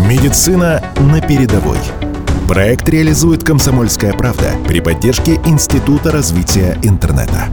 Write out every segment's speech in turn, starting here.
Медицина на передовой. Проект реализует «Комсомольская правда» при поддержке Института развития интернета.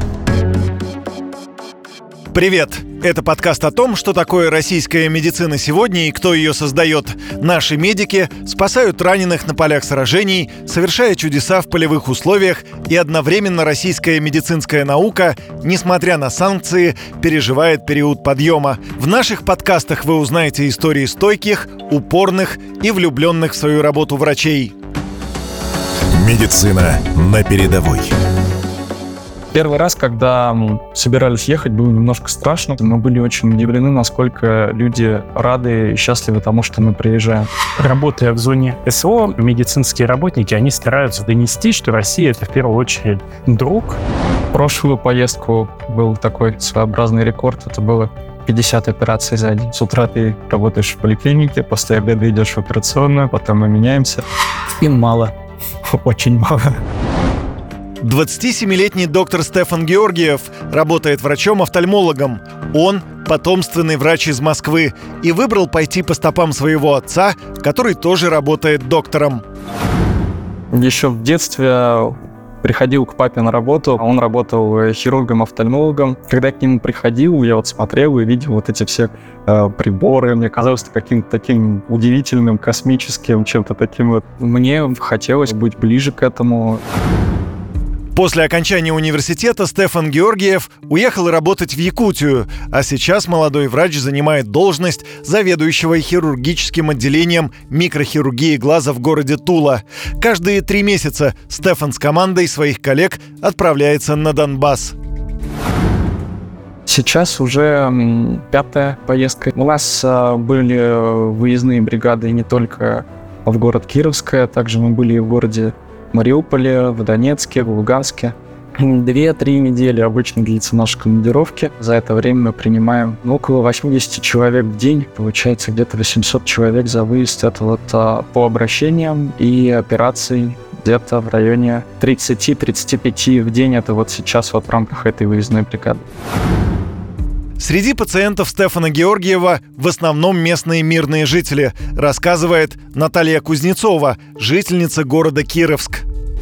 Привет! Это подкаст о том, что такое российская медицина сегодня и кто ее создает. Наши медики спасают раненых на полях сражений, совершая чудеса в полевых условиях, и одновременно российская медицинская наука, несмотря на санкции, переживает период подъема. В наших подкастах вы узнаете истории стойких, упорных и влюбленных в свою работу врачей. Медицина на передовой. Первый раз, когда мы собирались ехать, было немножко страшно. Мы были очень удивлены, насколько люди рады и счастливы тому, что мы приезжаем. Работая в зоне СВО, медицинские работники, они стараются донести, что Россия — это в первую очередь друг. Прошлую поездку был такой своеобразный рекорд. Это было 50 операций за день. С утра ты работаешь в поликлинике, после обеда идешь в операционную, потом мы меняемся. Им мало, очень мало. 27-летний доктор Стефан Георгиев работает врачом-офтальмологом. Он – потомственный врач из Москвы и выбрал пойти по стопам своего отца, который тоже работает доктором. Еще в детстве приходил к папе на работу, он работал хирургом-офтальмологом. Когда я к нему приходил, я смотрел и видел эти все приборы. Мне казалось это каким-то таким удивительным, космическим, чем-то таким. Мне хотелось быть ближе к этому. После окончания университета Стефан Георгиев уехал работать в Якутию, а сейчас молодой врач занимает должность заведующего хирургическим отделением микрохирургии глаза в городе Тула. Каждые 3 месяца Стефан с командой своих коллег отправляется на Донбасс. Сейчас уже 5-я поездка. У нас были выездные бригады не только в город Кировское, также мы были и в городе Мариуполе, в Донецке, в Луганске. 2-3 недели обычно длится наши командировки. За это время мы принимаем около 80 человек в день. Получается где-то 800 человек за выезд. Это по обращениям и операций где-то в районе 30-35 в день. Это сейчас в рамках этой выездной бригады. Среди пациентов Стефана Георгиева в основном местные мирные жители, рассказывает Наталья Кузнецова, жительница города Кировск.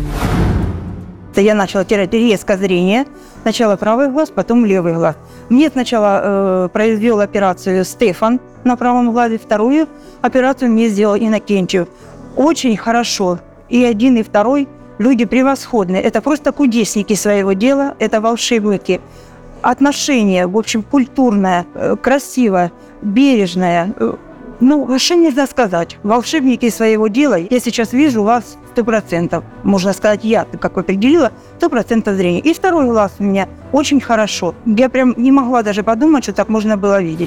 Я начала терять резко зрение. Сначала правый глаз, потом левый глаз. Мне сначала произвел операцию Стефан на правом глазе, вторую операцию мне сделал Иннокентьев. Очень хорошо. И один, и второй люди превосходные. Это просто кудесники своего дела, это волшебники. Отношение, в общем, культурное, красивое, бережное. Вообще нельзя сказать. Волшебники своего дела. Я сейчас вижу вас 100%. Можно сказать, я, как определила, 100% зрения. И второй глаз у меня очень хорошо. Я прям не могла даже подумать, что так можно было видеть.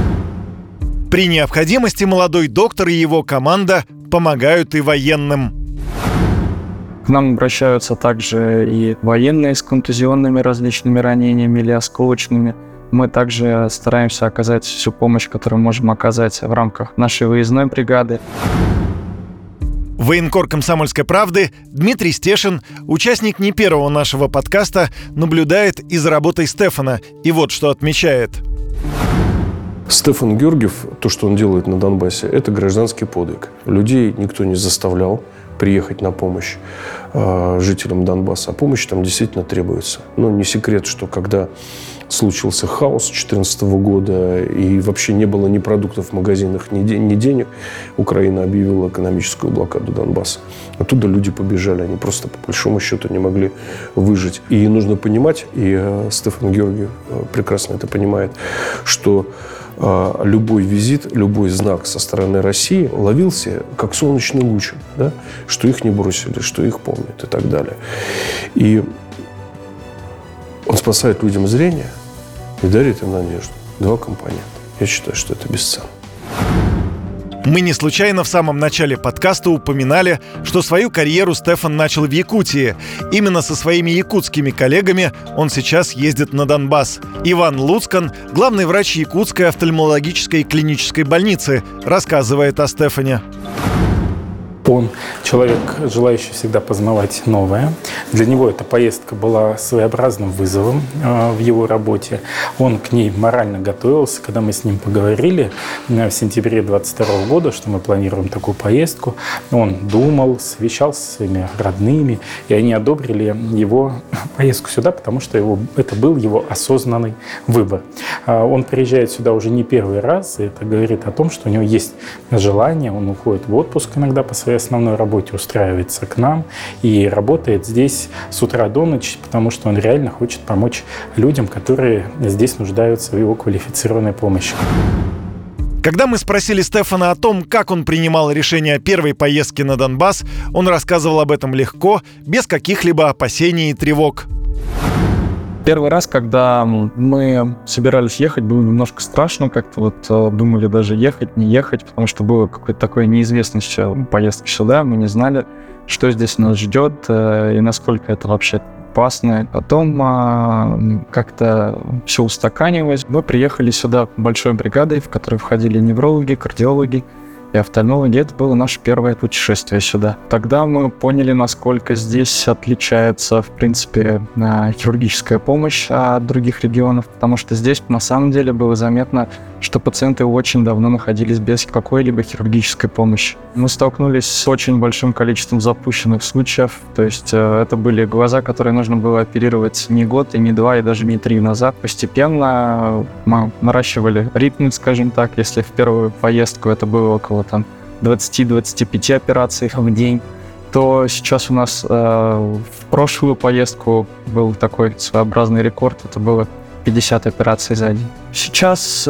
При необходимости молодой доктор и его команда помогают и военным. К нам обращаются также и военные с контузионными различными ранениями или осколочными. Мы также стараемся оказать всю помощь, которую можем оказать в рамках нашей выездной бригады. Военкор «Комсомольской правды» Дмитрий Стешин, участник не первого нашего подкаста, наблюдает и за работой Стефана. И вот что отмечает. Стефан Георгиев, то, что он делает на Донбассе, это гражданский подвиг. Людей никто не заставлял приехать на помощь жителям Донбасса. А помощь там действительно требуется. Не секрет, что когда случился хаос 2014 года и вообще не было ни продуктов в магазинах, ни денег, Украина объявила экономическую блокаду Донбасса. Оттуда люди побежали. Они просто по большому счету не могли выжить. И нужно понимать, и Стефан Георгиев прекрасно это понимает, что любой визит, любой знак со стороны России ловился как солнечный луч, да? Что их не бросили, что их помнят и так далее. И он спасает людям зрение и дарит им надежду. 2 компонента. Я считаю, что это бесценно. Мы не случайно в самом начале подкаста упоминали, что свою карьеру Стефан начал в Якутии. Именно со своими якутскими коллегами он сейчас ездит на Донбасс. Иван Луцкан, главный врач Якутской офтальмологической клинической больницы, рассказывает о Стефане. Он человек, желающий всегда познавать новое. Для него эта поездка была своеобразным вызовом в его работе. Он к ней морально готовился. Когда мы с ним поговорили в сентябре 2022 года, что мы планируем такую поездку, он думал, совещался со своими родными, и они одобрили его поездку сюда, потому что это был его осознанный выбор. Он приезжает сюда уже не первый раз, и это говорит о том, что у него есть желание, он уходит в отпуск иногда по своей основной работе, устраивается к нам и работает здесь с утра до ночи, потому что он реально хочет помочь людям, которые здесь нуждаются в его квалифицированной помощи. Когда мы спросили Стефана о том, как он принимал решение о первой поездке на Донбасс, он рассказывал об этом легко, без каких-либо опасений и тревог. Первый раз, когда мы собирались ехать, было немножко страшно, как-то думали даже ехать, не ехать, потому что было какое-то такое неизвестность поездки сюда, мы не знали, что здесь нас ждет и насколько это вообще опасно. Потом как-то все устаканилось. Мы приехали сюда большой бригадой, в которой входили неврологи, кардиологи и офтальмологи. Это было наше первое путешествие сюда. Тогда мы поняли, насколько здесь отличается, в принципе, хирургическая помощь от других регионов, потому что здесь на самом деле было заметно, что пациенты очень давно находились без какой-либо хирургической помощи. Мы столкнулись с очень большим количеством запущенных случаев, то есть это были глаза, которые нужно было оперировать не год, и не два, и даже не 3 назад. Постепенно мы наращивали ритм, скажем так. Если в первую поездку это было около 20-25 операций в день, то сейчас у нас в прошлую поездку был такой своеобразный рекорд, это было 50 операций за день. Сейчас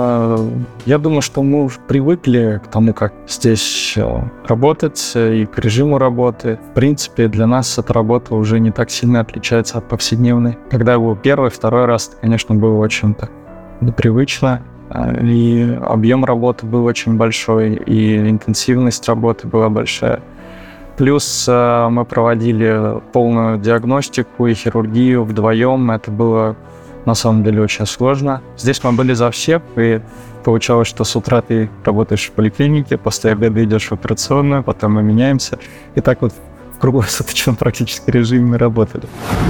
я думаю, что мы уже привыкли к тому, как здесь работать и к режиму работы. В принципе, для нас эта работа уже не так сильно отличается от повседневной. Когда был первый, второй раз, это, конечно, было очень непривычно. И объем работы был очень большой, и интенсивность работы была большая. Плюс мы проводили полную диагностику и хирургию вдвоем. Это было на самом деле очень сложно. Здесь мы были за всех, и получалось, что с утра ты работаешь в поликлинике, после обеда идешь в операционную, потом мы меняемся. И так в круглосуточном практически режиме мы работали.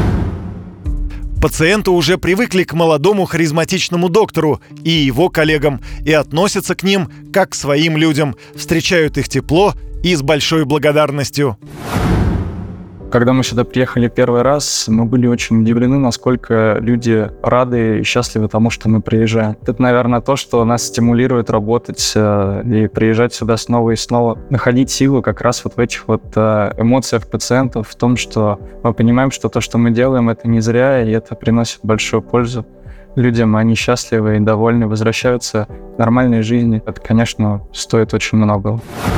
Пациенты уже привыкли к молодому харизматичному доктору и его коллегам и относятся к ним как к своим людям, встречают их тепло и с большой благодарностью. Когда мы сюда приехали первый раз, мы были очень удивлены, насколько люди рады и счастливы тому, что мы приезжаем. Это, наверное, то, что нас стимулирует работать и приезжать сюда снова и снова. Находить силу как раз в этих эмоциях пациентов, в том, что мы понимаем, что то, что мы делаем, это не зря, и это приносит большую пользу людям. Они счастливы и довольны, возвращаются к нормальной жизни. Это, конечно, стоит очень много.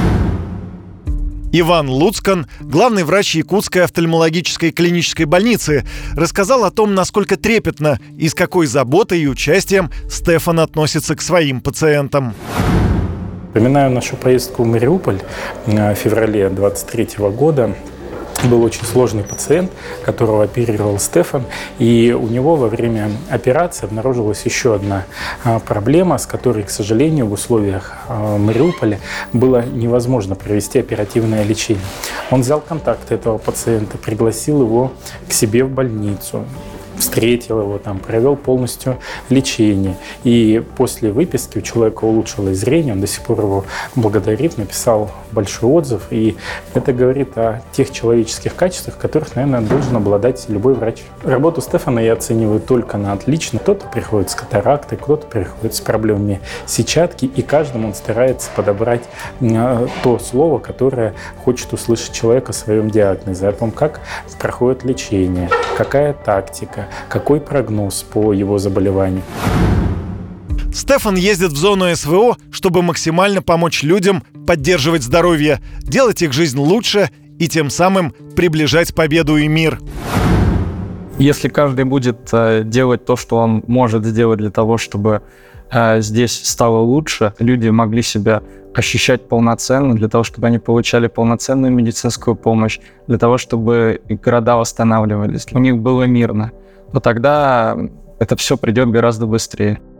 Иван Луцкан, главный врач Якутской офтальмологической клинической больницы, рассказал о том, насколько трепетно и с какой заботой и участием Стефан относится к своим пациентам. Вспоминаю нашу поездку в Мариуполь в феврале 2023 года. Был очень сложный пациент, которого оперировал Стефан, и у него во время операции обнаружилась еще одна проблема, с которой, к сожалению, в условиях Мариуполя было невозможно провести оперативное лечение. Он взял контакт этого пациента, пригласил его к себе в больницу, встретил его там, провел полностью лечение. И после выписки у человека улучшилось зрение, он до сих пор его благодарит, написал большой отзыв. И это говорит о тех человеческих качествах, которых, наверное, должен обладать любой врач. Работу Стефана я оцениваю только на отлично. Кто-то приходит с катарактой, кто-то приходит с проблемами сетчатки, и каждому он старается подобрать то слово, которое хочет услышать человек о своем диагнозе, о том, как проходит лечение, какая тактика, какой прогноз по его заболеванию. Стефан ездит в зону СВО, чтобы максимально помочь людям поддерживать здоровье, делать их жизнь лучше и тем самым приближать победу и мир. Если каждый будет делать то, что он может сделать для того, чтобы здесь стало лучше, люди могли себя ощущать полноценно, для того, чтобы они получали полноценную медицинскую помощь, для того, чтобы города восстанавливались, у них было мирно, то тогда это все придет гораздо быстрее.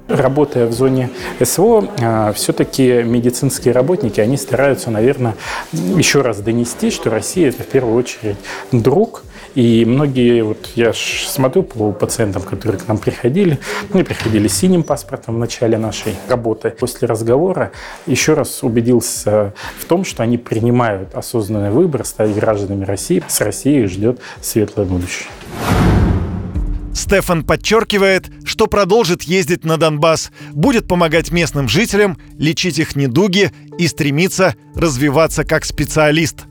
Работая в зоне СВО, все-таки медицинские работники, они стараются, наверное, еще раз донести, что Россия – это в первую очередь друг. И многие, вот я смотрю по пациентам, которые к нам приходили, они приходили с синим паспортом в начале нашей работы. После разговора еще раз убедился в том, что они принимают осознанный выбор стать гражданами России. С Россией их ждет светлое будущее. Стефан подчеркивает, что продолжит ездить на Донбасс, будет помогать местным жителям, лечить их недуги и стремится развиваться как специалист.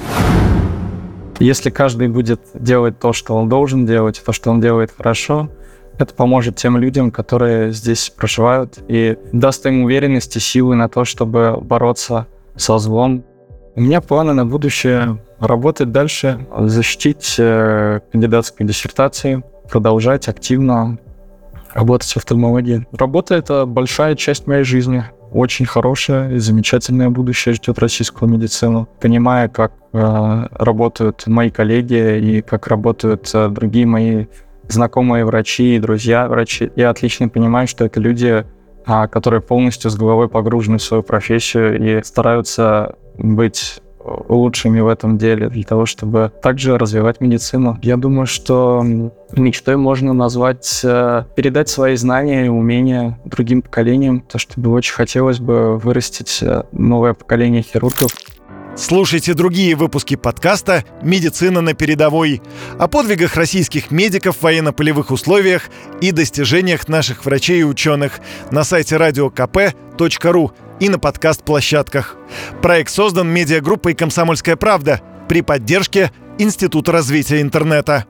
Если каждый будет делать то, что он должен делать, то, что он делает хорошо, это поможет тем людям, которые здесь проживают, и даст им уверенность и силы на то, чтобы бороться со злом. У меня планы на будущее — работать дальше, защитить кандидатскую диссертацию, продолжать активно работать в офтальмологии. Работа — это большая часть моей жизни. Очень хорошее и замечательное будущее ждет российскую медицину. Понимая, как работают мои коллеги и как работают другие мои знакомые врачи и друзья врачи, я отлично понимаю, что это люди, которые полностью с головой погружены в свою профессию и стараются быть лучшими в этом деле для того, чтобы также развивать медицину. Я думаю, что мечтой можно назвать передать свои знания и умения другим поколениям, то, что очень хотелось бы вырастить новое поколение хирургов. Слушайте другие выпуски подкаста «Медицина на передовой» о подвигах российских медиков в военно-полевых условиях и достижениях наших врачей и ученых на сайте radiokp.ru и на подкаст-площадках. Проект создан медиагруппой «Комсомольская правда» при поддержке Института развития интернета.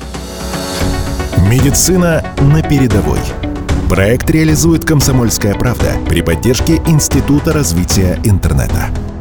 Медицина на передовой. Проект реализует «Комсомольская правда» при поддержке Института развития интернета.